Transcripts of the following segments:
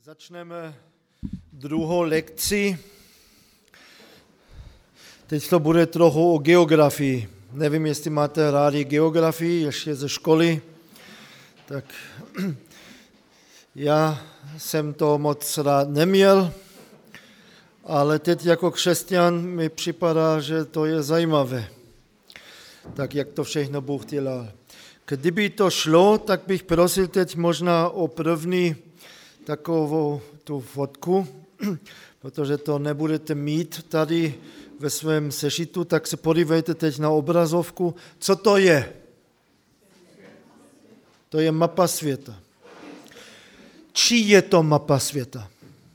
Začneme druhou lekci. Teď to bude trochu o geografii. Nevím, jestli máte rádi geografii, ještě ze školy. Tak já jsem to moc rád neměl, ale teď jako křesťan mi připadá, že to je zajímavé. Tak jak to všechno Bůh dělal. Kdyby to šlo, tak bych prosil teď možná o první takovou tu fotku, protože to nebudete mít tady ve svém sešitu, tak se podívejte teď na obrazovku. Co to je? To je mapa světa. Čí je to mapa světa?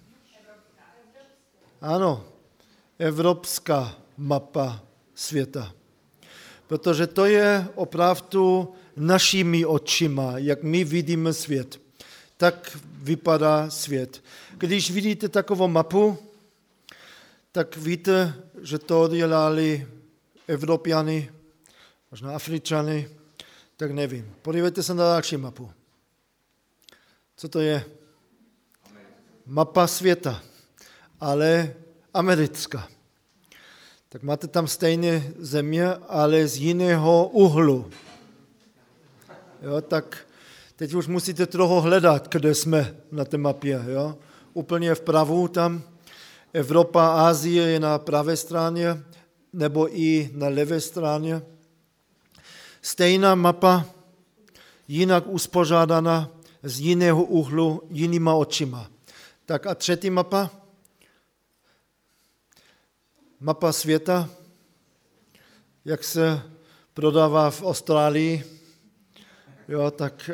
Ano, evropská mapa světa. Protože to je opravdu našimi očima, jak my vidíme svět. Tak vypadá svět. Když vidíte takovou mapu, tak víte, že to dělali Evropjany, možná Afričany, tak nevím. Podívejte se na další mapu. Co to je? Mapa světa, ale americká. Tak máte tam stejné země, ale z jiného úhlu. Jo, tak teď už musíte trochu hledat, kde jsme na té mapě. Jo? Úplně vpravo tam Evropa, Asie je na pravé straně, nebo i na levé straně. Stejná mapa, jinak uspořádaná, z jiného úhlu, jinýma očima. Tak a třetí mapa? Mapa světa, jak se prodává v Austrálii. Jo, tak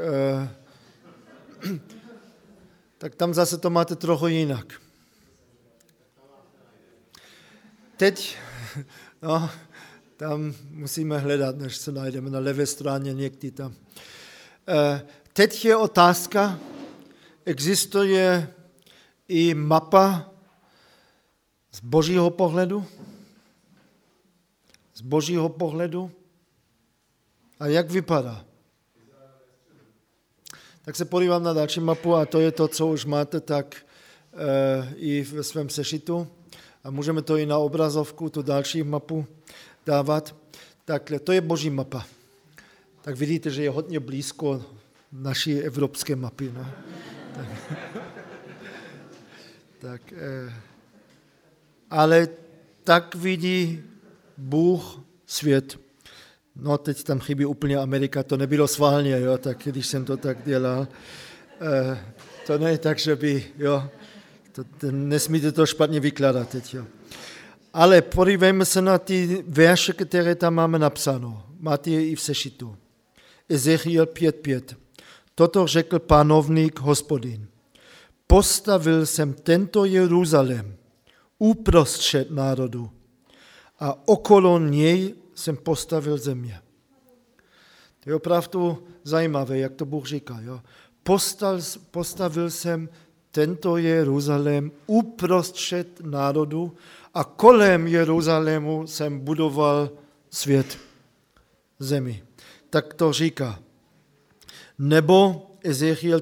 tam zase to máte trochu jinak. Teď, no, tam musíme hledat, než se najdeme na levé straně někdy tam. Teď je otázka, existuje i mapa z božího pohledu? Z božího pohledu? A jak vypadá? Tak se podívám na další mapu a to je to, co už máte tak i ve svém sešitu. A můžeme to i na obrazovku, tu další mapu dávat. Takhle, to je boží mapa. Tak vidíte, že je hodně blízko naší evropské mapy. No? Ale tak vidí Bůh svět. No, teď tam chybí úplně Amerika, to nebylo schválně, jo, tak když jsem to tak dělal. To ne tak, že by, jo, nesmíte to špatně vykládat teď, jo. Ale podívejme se na ty verše, které tam máme napsáno. Máte je i v sešitu. Ezechiel 5:5. Toto řekl panovník Hospodin. Postavil jsem tento Jeruzalém uprostřed národu a okolo něj jsem postavil země. To je opravdu zajímavé, jak to Bůh říká. Jo? Postavil jsem tento Jeruzalém uprostřed národu a kolem Jeruzalému jsem budoval svět, zemi. Tak to říká. Nebo Ezechiel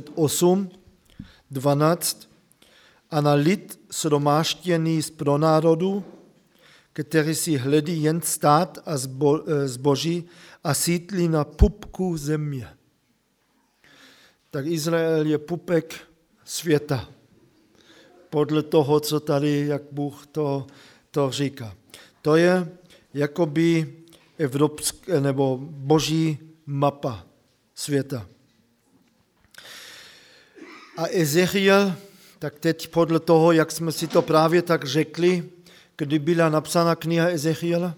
38:12 a na lid shromážděný z pronárodu, který si hledí jen stát a zboží a sídlí na pupku země. Tak Izrael je pupek světa. Podle toho, co tady, jak Bůh to říká. To je jakoby evropské nebo boží mapa světa. A Ezechiel, tak teď podle toho, jak jsme si to právě tak řekli, kdy byla napsána kniha Ezechiela?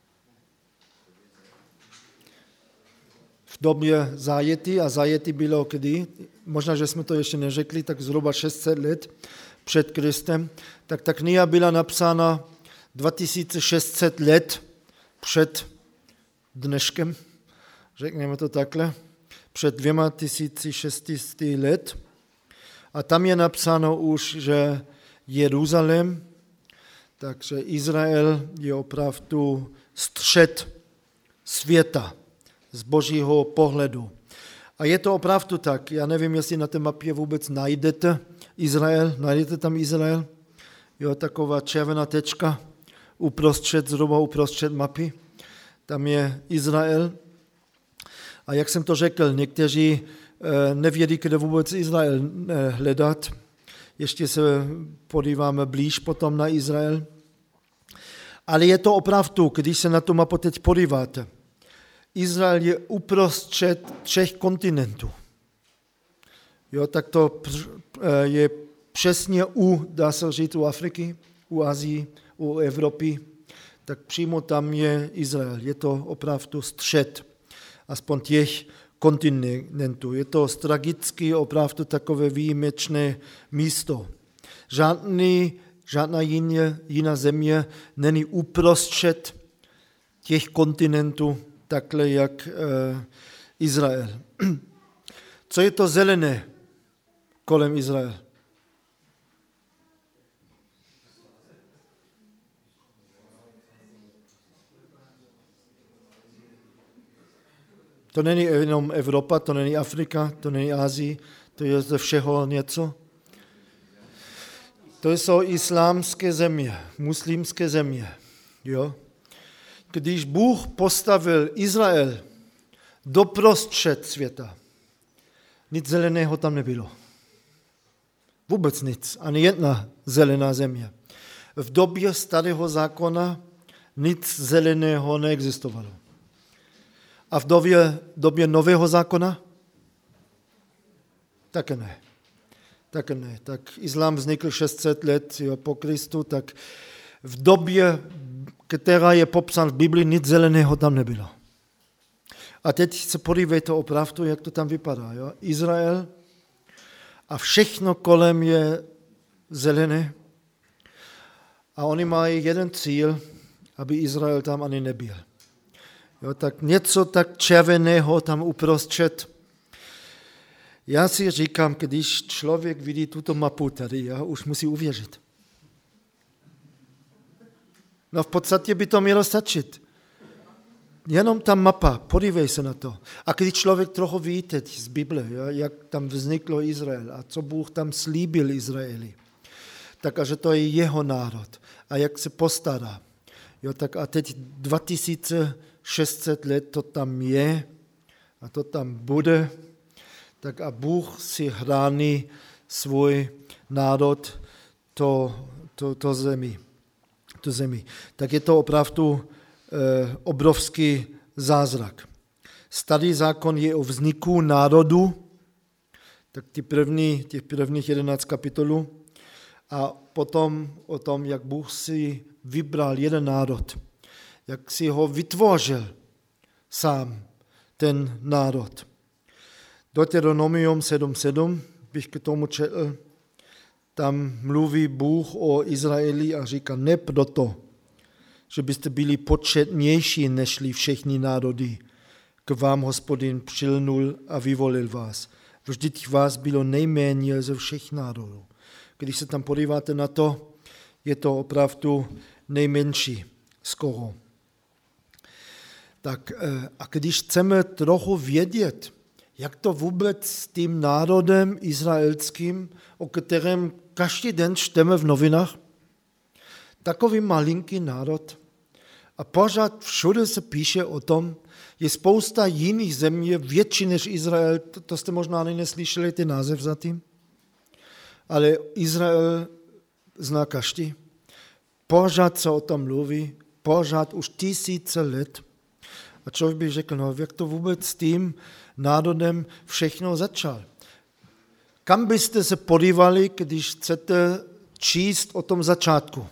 V době zájety a zájety bylo kdy? Možná, že jsme to ještě neřekli, tak zhruba 600 let před Kristem. Tak ta kniha byla napsána 2600 let před dneškem, řekněme to takhle, před 2600 let. A tam je napsáno už, že Jeruzalém, takže Izrael je opravdu střed světa z božího pohledu. A je to opravdu tak. Já nevím, jestli na té mapě vůbec najdete Izrael, najdete tam Izrael, jo, taková červená tečka, zhruba uprostřed mapy, tam je Izrael. A jak jsem to řekl, někteří nevědí, kde vůbec Izrael hledat. Ještě se podíváme blíž potom na Izrael. Ale je to opravdu, když se na tu mapu teď podíváte. Izrael je uprostřed 3 kontinentů. Jo, tak to je přesně dá se říct, u Afriky, u Asii, u Evropy. Tak přímo tam je Izrael. Je to opravdu střed, aspoň těch kontinentů. Je to strategicky opravdu takové výjimečné místo. Žádná jiná země není uprostřed těch kontinentů, takhle jak Izrael. Co je to zelené kolem Izraele? To není jenom Evropa, to není Afrika, to není Asie, to je ze všeho něco. To jsou islámské země, muslimské země. Jo? Když Bůh postavil Izrael doprostřed světa, nic zeleného tam nebylo. Vůbec nic, ani jedna zelená země. V době starého zákona nic zeleného neexistovalo. A v době nového zákona? Také ne. Tak islám vznikl 600 let po Kristu, tak v době, která je popsán v Biblii, nic zeleného tam nebylo. A teď se podívejte opravdu, jak to tam vypadá. Jo? Izrael a všechno kolem je zelené. A oni mají jeden cíl, aby Izrael tam ani nebyl. Jo, tak něco tak červeného tam uprostřed. Já si říkám, když člověk vidí tuto mapu tady, už musí uvěřit. No v podstatě by to mělo stačit. Jenom ta mapa, podívej se na to. A když člověk trochu ví teď z Bible, jak tam vzniklo Izrael a co Bůh tam slíbil Izraeli, tak a že to je jeho národ a jak se postará. Jo, tak a teď 2600 let to tam je a to tam bude, tak a Bůh si chrání svůj národ, to zemi. Tak je to opravdu obrovský zázrak. Starý zákon je o vzniku národu, tak těch prvních 11 kapitolů, a potom o tom, jak Bůh si vybral jeden národ, jak si ho vytvořil sám, ten národ. Deuteronomium 7.7 bych k tomu četl, tam mluví Bůh o Izraeli a říká, ne proto, že byste byli početnější nežli všechny národy, k vám Hospodin přilnul a vyvolil vás. Vždyť vás bylo nejméně ze všech národů. Když se tam podíváte na to, je to opravdu nejmenší skoro. Tak a když chceme trochu vědět, jak to vůbec s tím národem izraelským, o kterém každý den čteme v novinách, takový malinký národ, a pořád všude se píše o tom, je spousta jiných zemí, větší než Izrael, to jste možná ani neslyšeli, ty název za tím, ale Izrael zná každý. Pořád se o tom mluví, pořád už 1000 let. A člověk by řekl, no jak to vůbec s tím národem všechno začal. Kam byste se podívali, když chcete číst o tom začátku?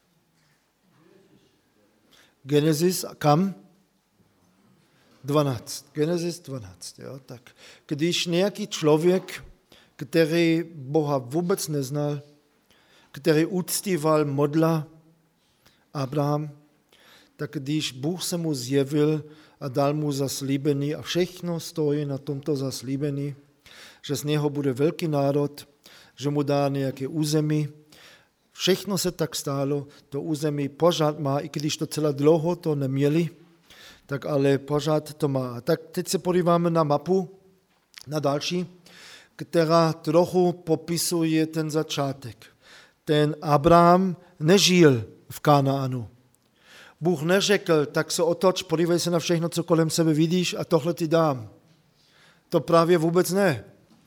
Genesis, kam? 12. Genesis 12. Jo? Tak. Když nějaký člověk, který Boha vůbec neznal, který uctíval modla Abraham, tak když Bůh se mu zjevil a dal mu zaslíbení a všechno stojí na tomto zaslíbení, že z něho bude velký národ, že mu dá nějaké území, všechno se tak stalo, to území pořád má, i když to celé dlouho to neměli, tak ale pořád to má. Tak teď se podíváme na mapu, na další. která trochu popisuje ten začátek. Ten Abraham nežil v Kanaanu. Bůh neřekl, tak se otoč, podívej se na všechno, co kolem sebe vidíš a tohle ti dám. To právě vůbec ne.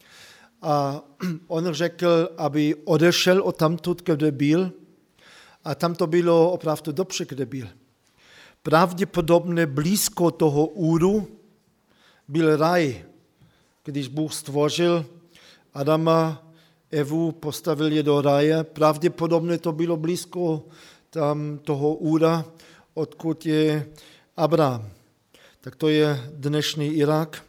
A on řekl, aby odešel odtamtud, kde byl, a tam to bylo opravdu dobře, kde byl. Pravděpodobně blízko toho úru byl raj, když Bůh stvořil Adama, Evu, postavil je do raje. Pravděpodobně to bylo blízko tam toho úra, odkud je Abraham. Tak to je dnešní Irák,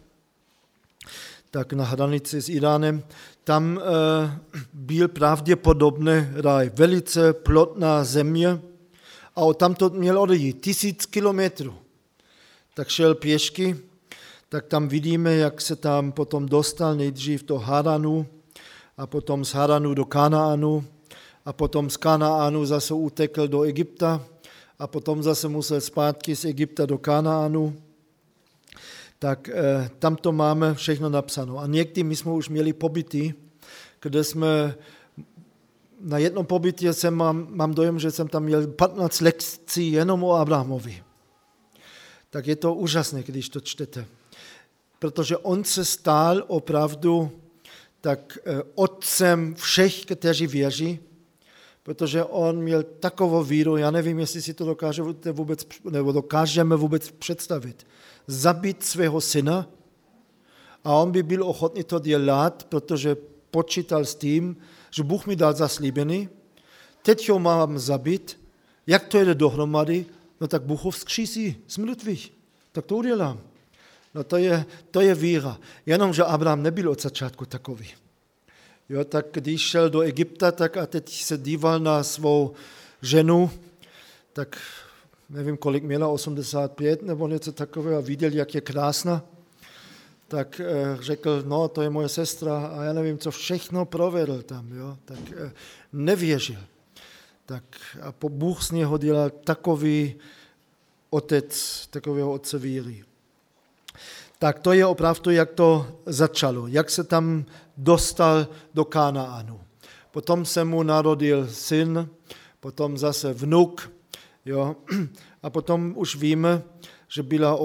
tak na hranici s Iránem. Tam byl pravděpodobně raj, velice plodná země a odtamto měl odejít 1000 kilometrů. Tak šel pěšky, tak tam vidíme, jak se tam potom dostal nejdřív do Haranu a potom z Haranu do Kanaanu a potom z Kanaanu zase utekl do Egypta a potom zase musel zpátky z Egypta do Kanaanu. Tak tam to máme všechno napsáno. A někdy my jsme už měli pobyty, kde jsme na jednom pobytě mám dojem, že jsem tam měl 15 lekcí jenom o Abrahamovi. Tak je to úžasné, když to čtete. Protože on se stal opravdu tak otcem všech, kteří věří, protože on měl takovou víru, já nevím, jestli si to dokážeme vůbec představit. Zabít svého syna a on by byl ochotný to dělat, protože počítal s tím, že Bůh mi dal zaslíbený, teď ho mám zabít, jak to jde dohromady, no tak Bůh ho vzkřísí z mrtvých, tak to udělám. No to je víra, jenomže Abraham nebyl od začátku takový. Jo, tak když šel do Egypta, tak a teď se díval na svou ženu, tak nevím, kolik měla, 85 nebo něco takového, a viděl, jak je krásná, tak řekl, no, to je moje sestra a já nevím, co všechno provedl tam, jo, tak nevěřil. Tak a Bůh z něho dělal takový otec, takového otce víry. Tak to je opravdu, jak to začalo, jak se tam dostal do Kanaanu. Potom se mu narodil syn, potom zase vnuk, jo, a potom už víme, že byla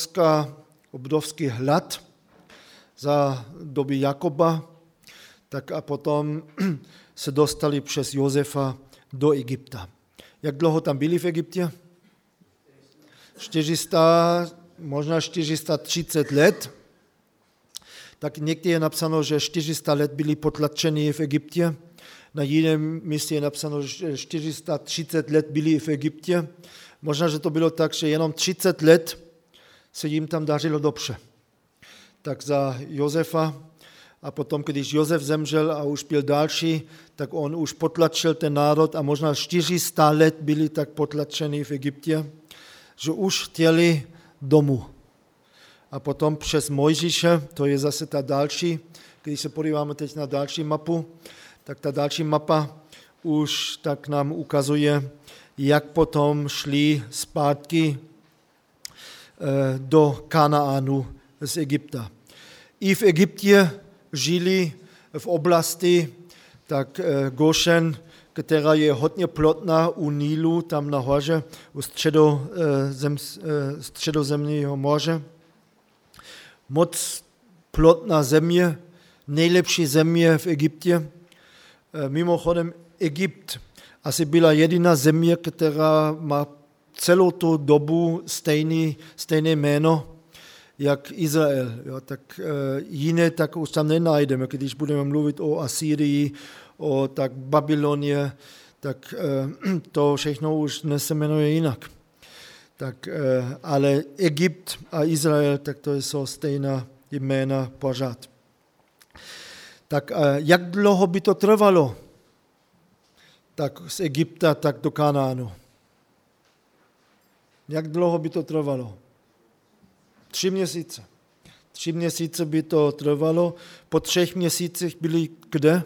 obrovský hlad za doby Jakoba, tak a potom se dostali přes Josefa do Egypta. Jak dlouho tam byli v Egyptě? možná 430 let. Tak někdy je napsáno, že 400 let byli potlačeni v Egyptě. Na jiném místě je napsáno, že 430 let byli v Egyptě. Možná, že to bylo tak, že jenom 30 let se jim tam dařilo dobře. Tak za Josefa a potom, když Josef zemřel a už byl další, tak on už potlačil ten národ a možná 400 let byli tak potlačeni v Egyptě, že už chtěli domů. A potom přes Mojžíše, to je zase ta další, když se podíváme teď na další mapu, tak ta další mapa už tak nám ukazuje, jak potom šli zpátky do Kanaánu z Egypta. I v Egyptě žili v oblasti tak Gošen, která je hodně plodná u Nílu, tam nahoře, u středozemního moře. Moc plodná země, nejlepší země v Egyptě. Mimochodem Egypt asi byla jediná země, která má celou tu dobu stejné jméno, jak Izrael. Jo, tak jiné tak už tam nenajdeme, když budeme mluvit o Asýrii, o tak Babylonie, tak to všechno už se jmenuje jinak. Tak, ale Egypt a Izrael, tak to jsou stejná jména pořád. Tak jak dlouho by to trvalo? Tak z Egypta, tak do Kanaánu. Jak dlouho by to trvalo? 3 měsíce. 3 měsíce by to trvalo. Po 3 měsících byli kde?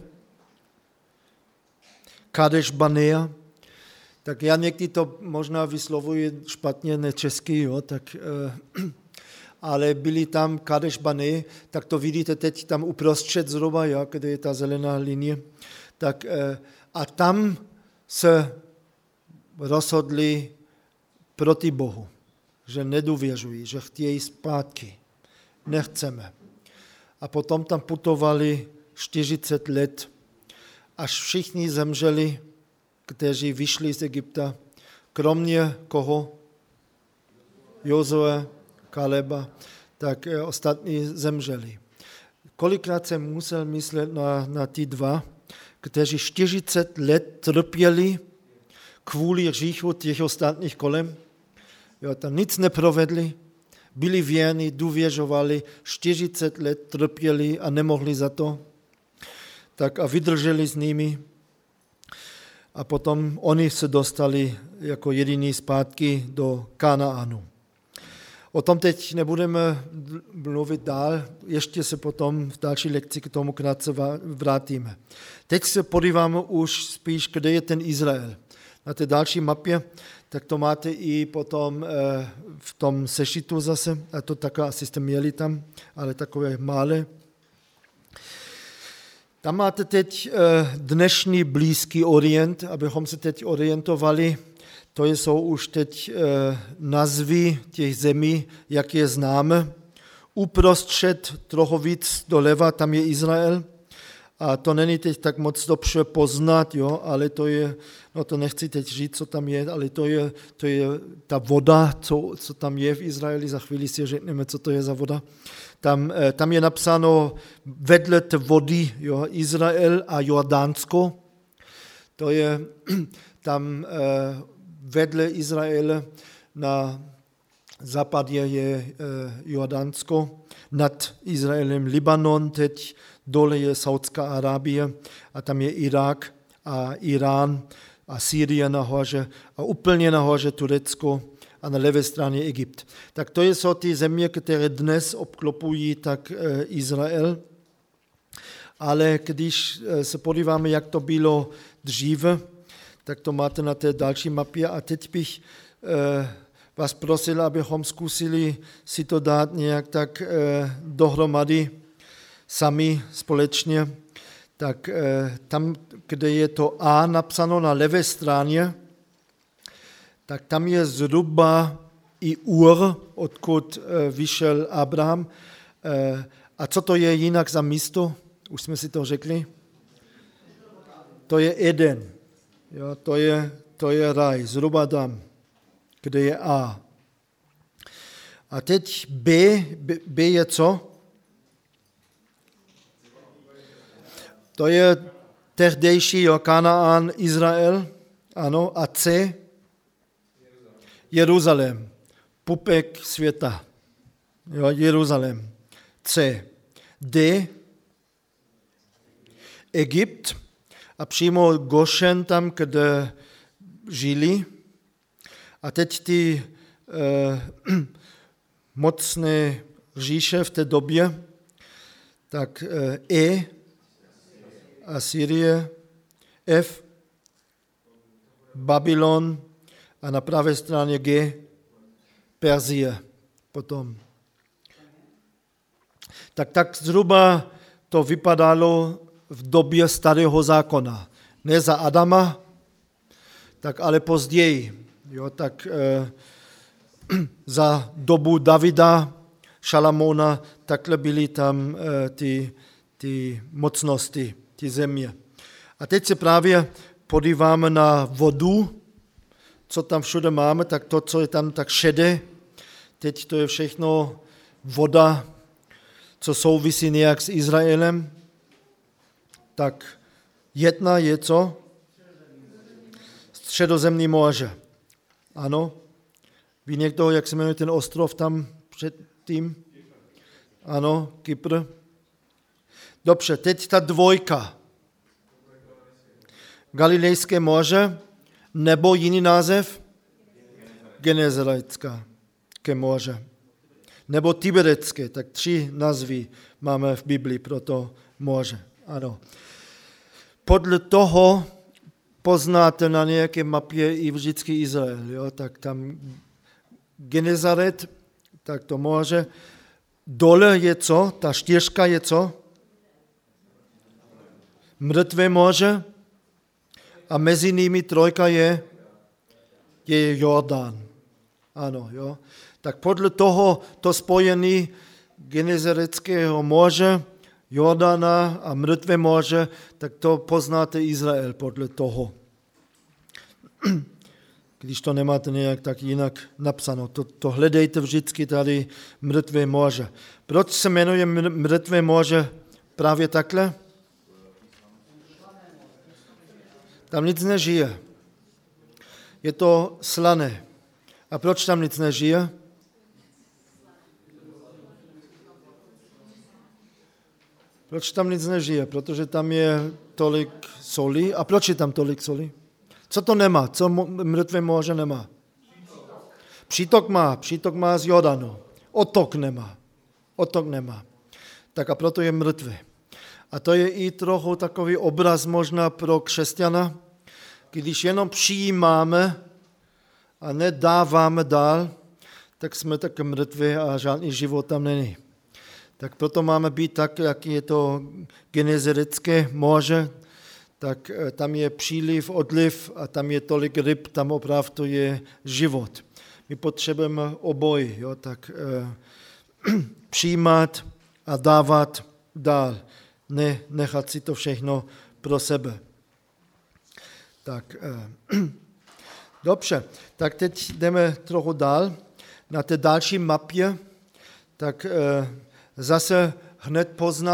Kadeš Barnea. Tak já někdy to možná vyslovuji špatně, ne česky, jo, tak, ale byli tam Kadeš Barnea, tak to vidíte teď tam uprostřed zhruba, jo, kde je ta zelená linie. Tak, a tam se rozhodli proti Bohu, že nedůvěřují, že chtějí zpátky. Nechceme. A potom tam putovali 40 let, až všichni zemřeli, kteří vyšli z Egypta, kromě koho? Jozue, Kaleba, tak ostatní zemřeli. Kolikrát jsem musel myslet na ty dva, kteří 40 let trpěli kvůli hříchu těch ostatních kolem. Jo, tam nic neprovedli, byli věrní, důvěřovali, 40 let trpěli a nemohli za to. Tak a vydrželi s nimi. A potom oni se dostali jako jediní zpátky do Kanaánu. O tom teď nebudeme mluvit dál, ještě se potom v další lekci k tomu krátce vrátíme. Teď se podíváme už spíš, kde je ten Izrael. Na té další mapě, tak to máte i potom v tom sešitu zase, a to také asi jste měli tam, ale takové malé. Tam máte teď dnešní Blízký orient, abychom se teď orientovali. To jsou už teď názvy těch zemí, jak je známe. Uprostřed trochu víc doleva, tam je Izrael. A to není teď tak moc dobře poznat, jo, ale to je, no to nechci teď říct, co tam je, ale to je ta voda, co tam je v Izraeli, za chvíli si řekneme, co to je za voda. Tam je napsáno vedle té vody, jo, Izrael a Jordánsko. To je tam vedle Izraele na západě je Jordánsko, nad Izraelem Libanon, teď dole je Saudská Arábie a tam je Irák a Irán a Sýrie nahoře a úplně nahoře Turecko a na levé straně Egypt. Tak to jsou ty země, které dnes obklopují tak Izrael. Ale když se podíváme, jak to bylo dříve, tak to máte na té další mapě a teď bych vás prosil, abychom zkusili si to dát nějak tak dohromady sami společně. Tak tam, kde je to A napsáno na levé straně, tak tam je zhruba i Ur, odkud vyšel Abraham. A co to je jinak za místo? Už jsme si to řekli. To je Eden. Jo, to je raj, zhruba tam, kde je A. A teď B je co? To je tehdejší Kanaán, Izrael, ano, a C? Jeruzalém, pupek světa, jo, Jeruzalém, C. D? Egypt a přímo Gošen tam, kde žili. A teď ty mocné říše v té době, tak E, Asýrie, F, Babylon a na pravé straně G, Perzie potom. Tak zhruba to vypadalo v době Starého zákona. Ne za Adama, tak ale později. Jo, tak za dobu Davida, Šalamóna, takhle byly tam ty mocnosti, ty země. A teď se právě podíváme na vodu, co tam všude máme, tak to, co je tam tak šedé, teď to je všechno voda, co souvisí nějak s Izraelem. Tak jedna je co? Středozemní moře. Ano? Ví někdo, jak se jmenuje ten ostrov tam předtím? Ano, Kypr. Dobře, teď ta dvojka. Galilejské moře, nebo jiný název? Genezaretské moře. Nebo Tiberecké, tak 3 názvy máme v Biblii pro to moře. Ano. Podle toho poznáte na nějaké mapě i vždycky Izrael. Jo? Tak tam Genezaret, tak to moře. Dole je co? Ta štěžka je co? Mrtvé moře. A mezi nimi trojka je Jordán. Ano, jo. Tak podle toho to spojení Genezareckého moře, Jordána a mrtvé moře, tak to poznáte Izrael podle toho. Když to nemáte nějak tak jinak napsáno. To hledejte vždycky tady mrtvé moře. Proč se jmenuje mrtvé moře právě takhle? Tam nic nežije. Je to slané. A proč tam nic nežije? Proč tam nic nežije? Protože tam je tolik soli. A proč je tam tolik soli? Co to nemá? Co mrtvé moře nemá? Přítok má z Jordanu. Otok nemá. Tak a proto je mrtvé. A to je i trochu takový obraz možná pro křesťana, když jenom přijímáme a nedáváme dál, tak jsme tak mrtví a žádný život tam není. Tak proto máme být tak, jak je to Genezarecké moře, tak tam je příliv, odliv a tam je tolik ryb, tam opravdu je život. My potřebujeme obojí, jo, tak přijímat a dávat dál, ne nechat si to všechno pro sebe. Tak, dobře, tak teď jdeme trochu dál. Na té další mapě, tak zase hned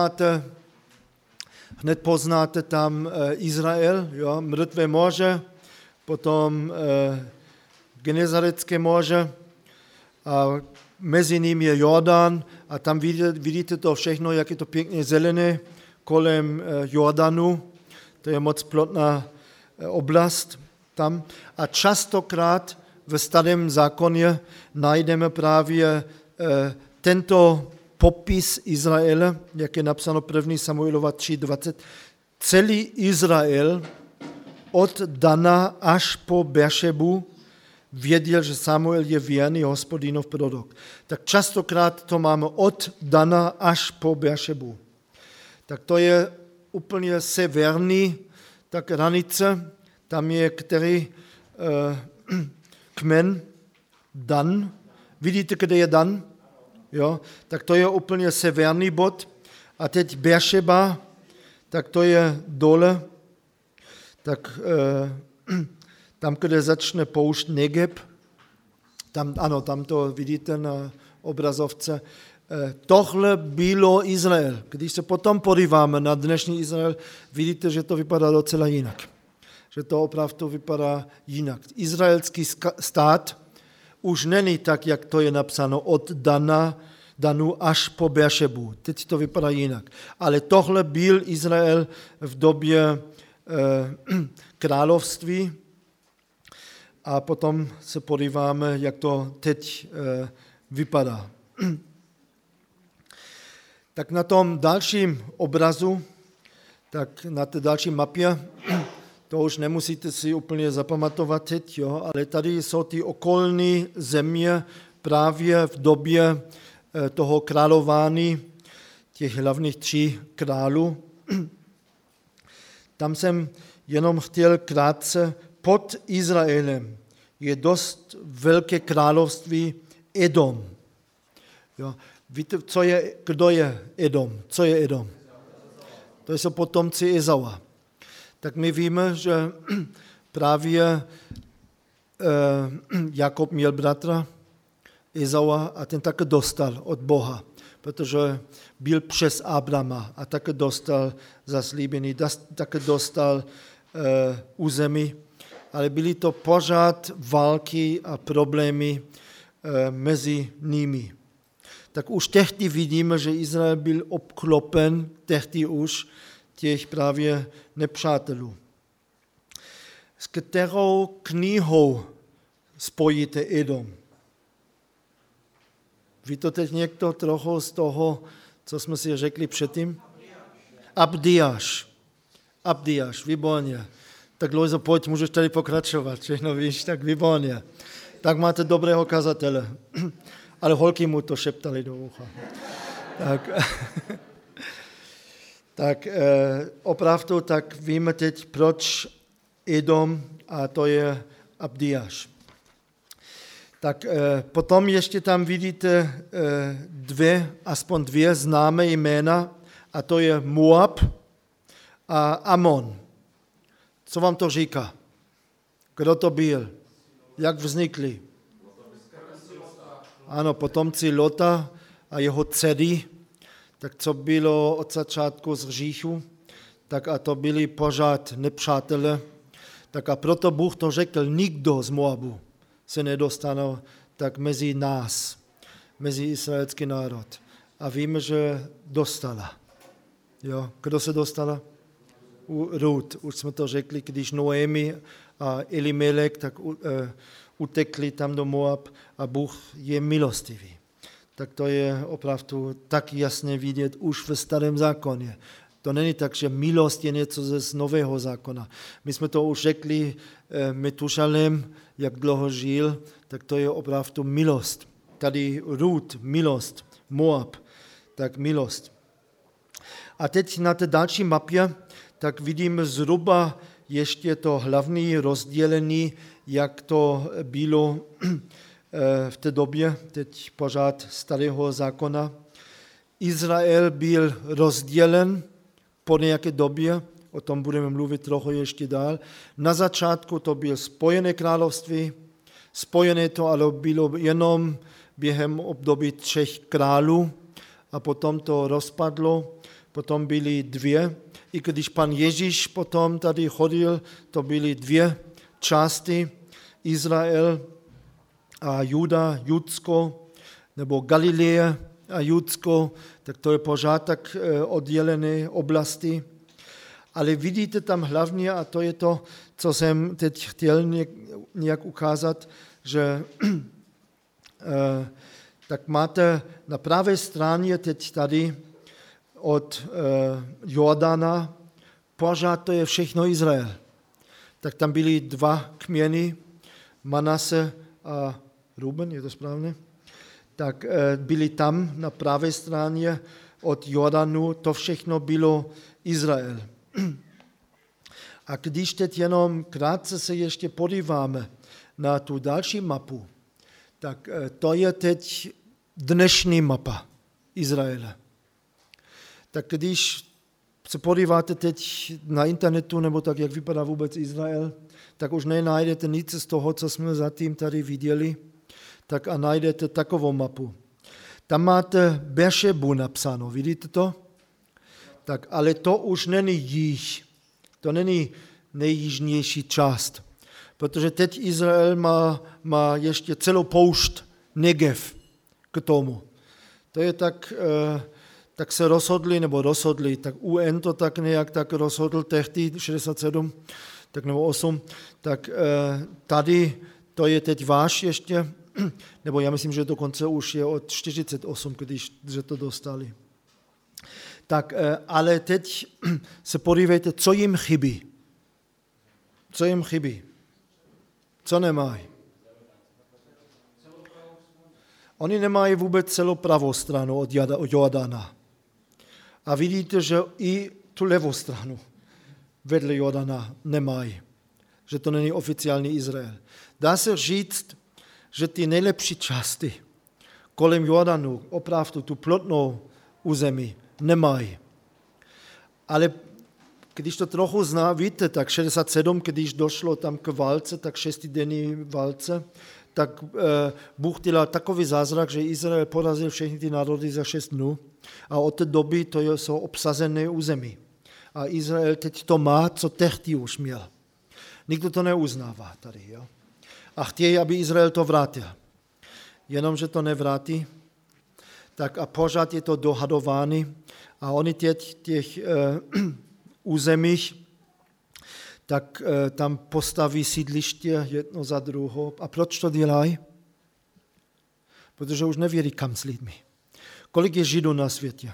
poznáte tam Izrael, jo, mrtvé moře, potom Genezarecké moře a mezi ním je Jordán a tam vidíte to všechno, jak je to pěkně zelené kolem Jordanu. To je moc plodná oblast tam. A častokrát ve Starém zákoně najdeme právě tento popis Izraele, jak je napsáno 1. Samuelova 3:20. Celý Izrael od Dana až po Beršebu věděl, že Samuel je věrný Hospodinův prorok. Tak častokrát to máme od Dana až po Beršebu. Tak to je úplně severní tak hranice, tam je který kmen Dan. Vidíte, kde je Dan? Jo? Tak to je úplně severní bod. A teď Beršeba, tak to je dole. Tak tam, kde začne poušť Negeb, tam to vidíte na obrazovce. Tohle bylo Izrael. Když se potom podíváme na dnešní Izrael, vidíte, že to vypadá docela jinak. Že to opravdu vypadá jinak. Izraelský stát už není tak, jak to je napsáno od Danu až po Beršebu. Teď to vypadá jinak. Ale tohle byl Izrael v době království a potom se podíváme, jak to teď vypadá. Tak na tom dalším obrazu, tak na té další mapě, to už nemusíte si úplně zapamatovat teď, jo, ale tady jsou ty okolní země právě v době toho králování těch hlavních 3 králů. Tam jsem jenom chtěl krátce, pod Izraelem je dost velké království Edom. Jo. Víte, kdo je Edom? Co je Edom? To jsou potomci Ezaua. Tak my víme, že právě Jakob měl bratra Ezaua a ten také dostal od Boha, protože byl přes Abrama a také dostal zaslíbený, také dostal území, ale byly to pořád války a problémy mezi nimi. Tak už tehdy vidíme, že Izrael byl obklopen tehdy už těch právě nepřátelů. S kterou knihou spojíte Edom? Ví to teď někdo trochu z toho, co jsme si řekli předtím? Abdiáš, výborně. Tak Lojzo, pojď, můžeš tady pokračovat, všechno víš, tak výborně. Tak máte dobrého kazatele. ale holky mu to šeptali do ucha. Tak opravdu tak víme teď, proč Edom, a to je Abdiáš. Tak potom ještě tam vidíte aspoň dvě známé jména, a to je Moab a Amon. Co vám to říká? Kdo to byl? Jak vznikli? Ano, potomci Lota a jeho dcery, tak co bylo od začátku z hříchu, tak a to byli pořád nepřátelé, tak a proto Bůh to řekl, nikdo z Moabu se nedostane tak mezi nás, mezi izraelský národ. A víme, že dostala. Jo, kdo se dostala? Rut, už jsme to řekli, když Noemi a Elimelech tak utekli tam do Moab a Bůh je milostivý. Tak to je opravdu tak jasně vidět už ve starém zákoně. To není tak, že milost je něco z nového zákona. My jsme to už řekli Metušalem, jak dlouho žil, tak to je opravdu milost. Tady Rut, milost, Moab, tak milost. A teď na té další mapě, tak vidíme zhruba ještě to hlavní rozdělení, jak to bylo v té době, teď pořád starého zákona. Izrael byl rozdělen po nějaké době, o tom budeme mluvit trochu ještě dál. Na začátku to bylo Spojené království, spojené to ale bylo jenom během období 3 králů a potom to rozpadlo, potom byly 2. I když pan Ježíš potom tady chodil, to byly 2 části, Izrael a Juda, Judsko, nebo Galileje a Judsko, tak to je pořád tak oddělené oblasti. Ale vidíte tam hlavně, a to je to, co jsem teď chtěl nějak ukázat, že tak máte na pravé straně teď tady od Jordana, pořád to je všechno Izrael. Tak tam byly 2 kměny, Manase a Ruben, je to správně? Tak byli tam na pravé straně od Jordanu, to všechno bylo Izrael. A když teď jenom krátce se ještě podíváme na tu další mapu, tak to je teď dnešní mapa Izraele. Tak když se podíváte teď na internetu, nebo tak, jak vypadá vůbec Izrael, tak už nenajdete nic z toho, co jsme zatím tady viděli, tak a najdete takovou mapu. Tam máte Bešebu napsáno, vidíte to? Tak, ale to už není jih, to není nejjižnější část, protože teď Izrael má ještě celou poušť Negev k tomu. To je tak se rozhodli, tak UN to tak nějak tak rozhodl tehdy 67, tak nebo 8, tak tady to je teď váš ještě, nebo já myslím, že dokonce už je od 48, když to dostali. Tak, ale teď se podívejte, co jim chybí. Co jim chybí? Co nemají? Oni nemají vůbec celou pravou stranu od Jordana. A vidíte, že i tu levou stranu vedle Jordana nemají. Že to není oficiální Izrael. Dá se říct, že ty nejlepší části kolem Jordanu, opravdu tu plodnou území, nemají. Ale když to trochu víte, tak 67, když došlo tam k válce, tak 6denní válce, tak Bůh dělal takový zázrak, že Izrael porazil všechny ty národy za 6 dnů a od té doby to jsou obsazené území. A Izrael teď to má, co tehdy už měl. Nikdo to neuznává tady. Jo? A chtějí, aby Izrael to vrátil. Jenomže to nevrátí, tak a pořád je to dohadovány a oni těch územích, tak tam postaví sídliště jedno za druhou. A proč to dělají? Protože už nevěří, kam s lidmi. Kolik je Židů na světě?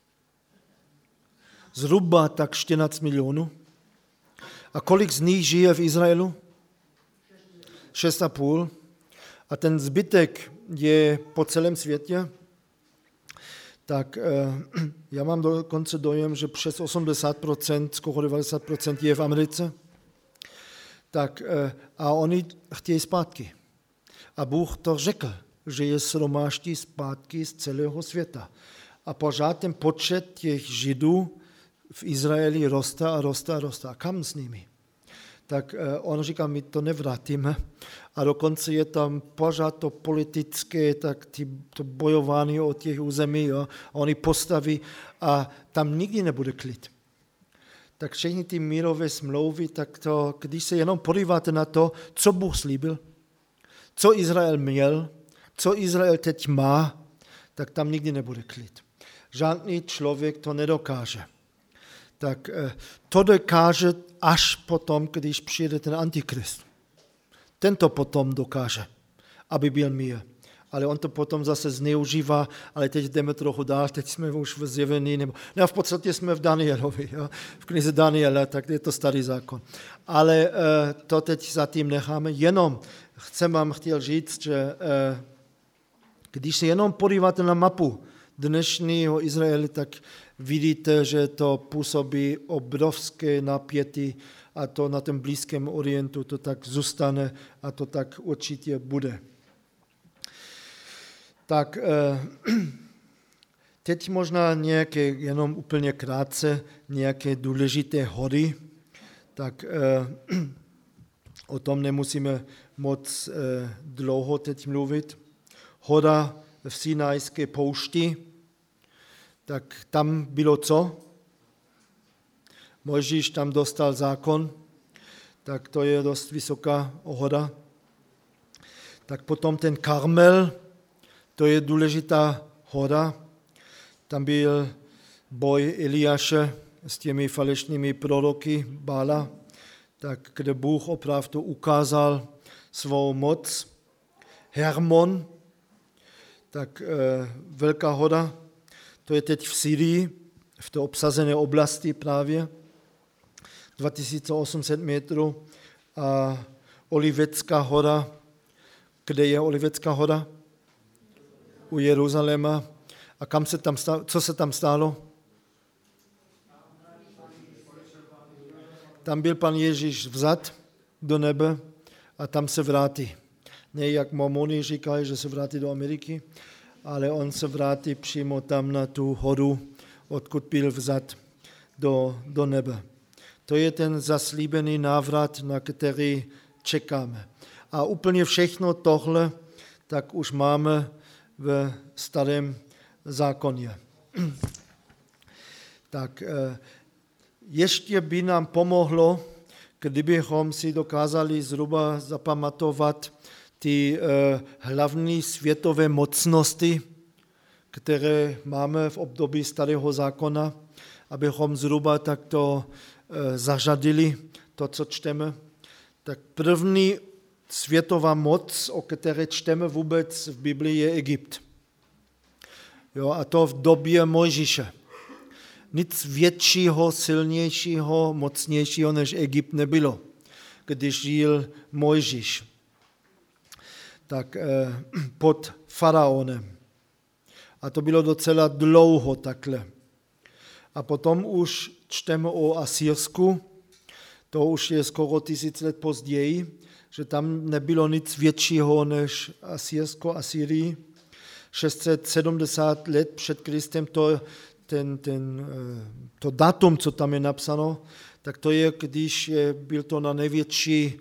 Zhruba tak 14 milionů. A kolik z nich žije v Izraelu? 6,5. A ten zbytek je po celém světě, tak já mám dokonce dojem, že přes 80%, skoro 90% je v Americe. Tak, a oni chtějí zpátky. A Bůh to řekl, že je shromáždí zpátky z celého světa. A pořád ten počet těch Židů v Izraeli roste a roste a roste. A kam s nimi? Tak on říká, my to nevrátíme. A dokonce je tam pořád to politické, tak to bojování o těch území, jo, a oni postaví a tam nikdy nebude klid. Tak všechny ty mírové smlouvy, tak to, když se jenom podíváte na to, co Bůh slíbil, co Izrael měl, co Izrael teď má, tak tam nikdy nebude klid. Žádný člověk to nedokáže. Tak to dokáže až potom, když přijde ten Antikrist. Ten to potom dokáže, aby byl mír. Ale on to potom zase zneužívá, ale teď jdeme trochu dál, teď jsme už v Zjevení, v podstatě jsme v Danielovi, jo? V knize Daniela, tak je to starý zákon. Ale to teď zatím necháme, jenom jsem vám chtěl říct, že když se jenom podíváte na mapu dnešního Izraele, tak vidíte, že to působí obrovské napětí a to na tom Blízkém orientu to tak zůstane a to tak určitě bude. Tak teď možná nějaké, jenom úplně krátce, nějaké důležité hory, tak o tom nemusíme moc dlouho teď mluvit. Hora v Sinajské poušti, tak tam bylo co? Mojžíš tam dostal zákon, tak to je dost vysoká hora. Tak potom ten Karmel, to je důležitá hora. Tam byl boj Eliáše s těmi falešnými proroky Bála, tak kde Bůh opravdu ukázal svou moc. Hermon, tak velká hora, to je teď v Syrii, v té obsazené oblasti právě, 2800 metrů. A Olivecká hora, kde je Olivecká hora? U Jeruzaléma. A kam se tam stalo, co se tam stalo? Tam byl pan Ježíš vzat do nebe a tam se vrátí. Ne jak mormoni říkají, že se vrátí do Ameriky, ale on se vrátí přímo tam na tu horu, odkud byl vzat do nebe. To je ten zaslíbený návrat, na který čekáme. A úplně všechno tohle, tak už máme v starém zákoně. Tak ještě by nám pomohlo, kdybychom si dokázali zhruba zapamatovat ty hlavní světové mocnosti, které máme v období starého zákona, abychom zhruba takto zařadili to, co čteme. Tak první světová moc, o které čteme vůbec v Biblii, je Egypt. Jo, a to v době Mojžíše. Nic většího, silnějšího, mocnějšího než Egypt nebylo, když žil Mojžíš. Tak pod faraonem. A to bylo docela dlouho takhle. A potom už čteme o Asyrsku, to už je skoro 1000 let později, že tam nebylo nic většího než Asyrsko, Asyrii. 670 let před Kristem, to datum, co tam je napsáno, tak to je, když byl to na největší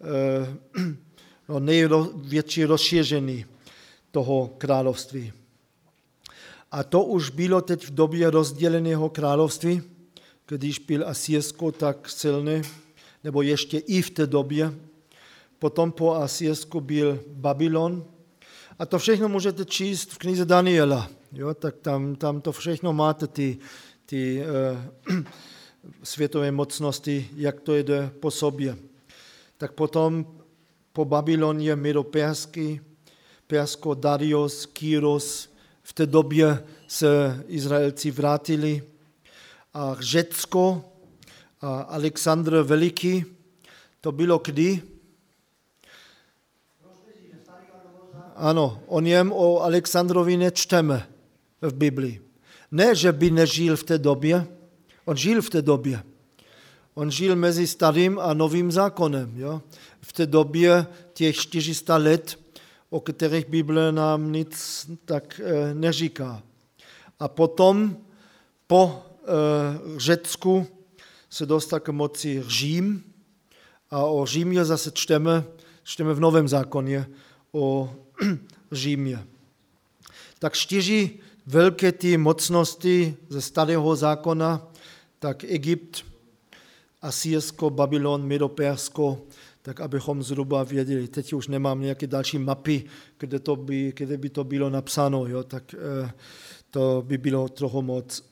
rozšíření toho království. A to už bylo teď v době rozděleného království, když byl Asyrsko tak silné, nebo ještě i v té době. Potom po Asyrsku byl Babylon. A to všechno můžete číst v knize Daniela. Jo, tak tam to všechno máte, ty světové mocnosti, jak to jde po sobě. Tak potom po Babylon je Medo-Perský, Persko, Darius, Kyros. V té době se Izraelci vrátili. A Řecko a Alexandr Veliký, to bylo kdy? Ano, o něm, o Alexandrovi nečteme v Biblii. Ne, že by nežil v té době, on žil v té době. On žil mezi starým a novým zákonem. Jo? V té době těch 400 let, o kterých Bible nám nic tak neříká. A potom po Řecku se dostal k moci Řím a o Římě zase čteme v Novém zákoně o Římě. Tak 4 velké ty mocnosti ze starého zákona, tak Egypt, Asýrsko, Babylon, Medo-Persko, tak abychom zhruba věděli. Teď už nemám nějaké další mapy, kde by to bylo napsáno, jo, tak to by bylo trochu moc.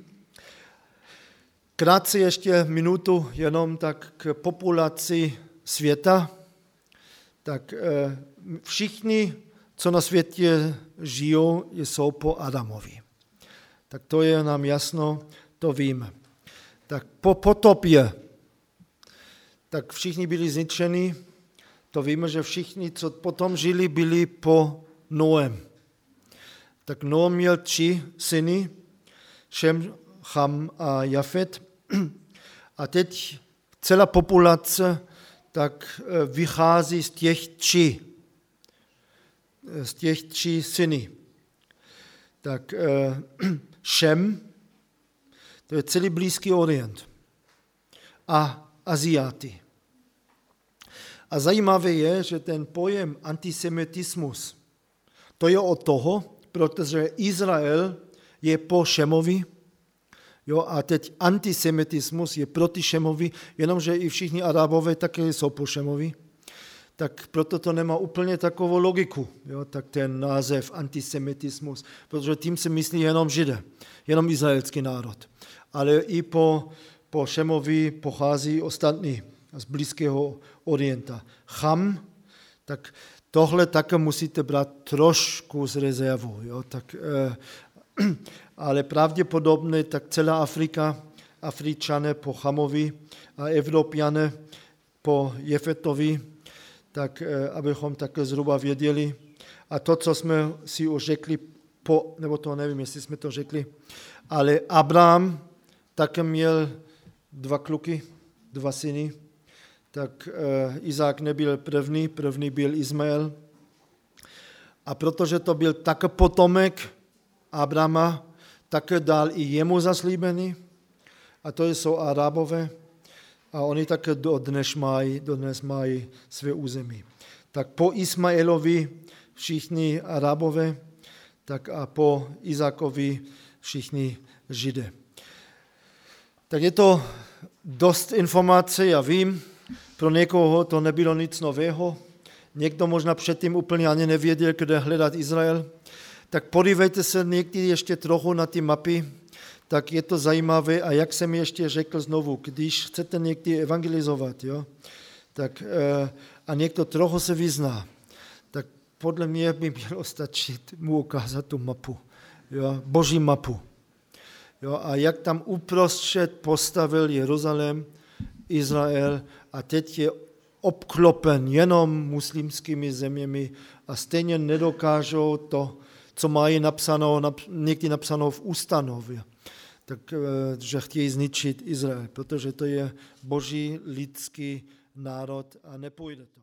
Krátce ještě minutu jenom tak k populaci světa. Tak všichni, co na světě žijou, jsou po Adamovi. Tak to je nám jasno, to víme. Tak po potopě, tak všichni byli zničeni, to víme, že všichni, co potom žili, byli po Noem. Tak Noem měl 3 syny, Šem, Cham a Jafet. A teď celá populace tak vychází z těch 3 syny. Tak Šem, to je celý Blízký orient a Aziáty. A zajímavé je, že ten pojem antisemitismus, to je od toho, protože Izrael je po Šemovi, jo, a teď antisemitismus je proti Šemovi, jenomže i všichni Arabové také jsou po Šemovi, tak proto to nemá úplně takovou logiku, jo, tak ten název antisemitismus, protože tím se myslí jenom Židé, jenom izraelský národ. Ale i po Šemovi pochází ostatní z Blízkého orienta. Cham, tak tohle také musíte brát trošku z rezervu, jo, tak ale pravděpodobně tak celá Afrika, Afričané po Chamovi a Evropané po Jefetovi, tak abychom také zhruba věděli. A to, co jsme si už řekli, nebo to nevím, jestli jsme to řekli, ale Abraham také měl 2 kluky, 2 syny, tak Izák nebyl první byl Izmael. A protože to byl také potomek Abrama, také dal i jemu zaslíbený, a to jsou Arabové, a oni také dodnes mají své území. Tak po Ismaelovi všichni Arabové, tak a po Izákovi všichni Židé. Tak je to dost informací, já vím, pro někoho to nebylo nic nového, někdo možná předtím úplně ani nevěděl, kde hledat Izrael, tak podívejte se někdy ještě trochu na ty mapy, tak je to zajímavé a jak jsem ještě řekl znovu, když chcete někdy evangelizovat, jo, tak, a někdo trochu se vyzná, tak podle mě by mělo stačit mu ukázat tu mapu, jo, boží mapu. Jo, a jak tam uprostřed postavil Jeruzalém, Izrael a teď je obklopen jenom muslimskými zeměmi a stejně nedokážou to, co mají někdy napsáno v Ustanově, tak, že chtějí zničit Izrael, protože to je boží lidský národ a nepůjde to.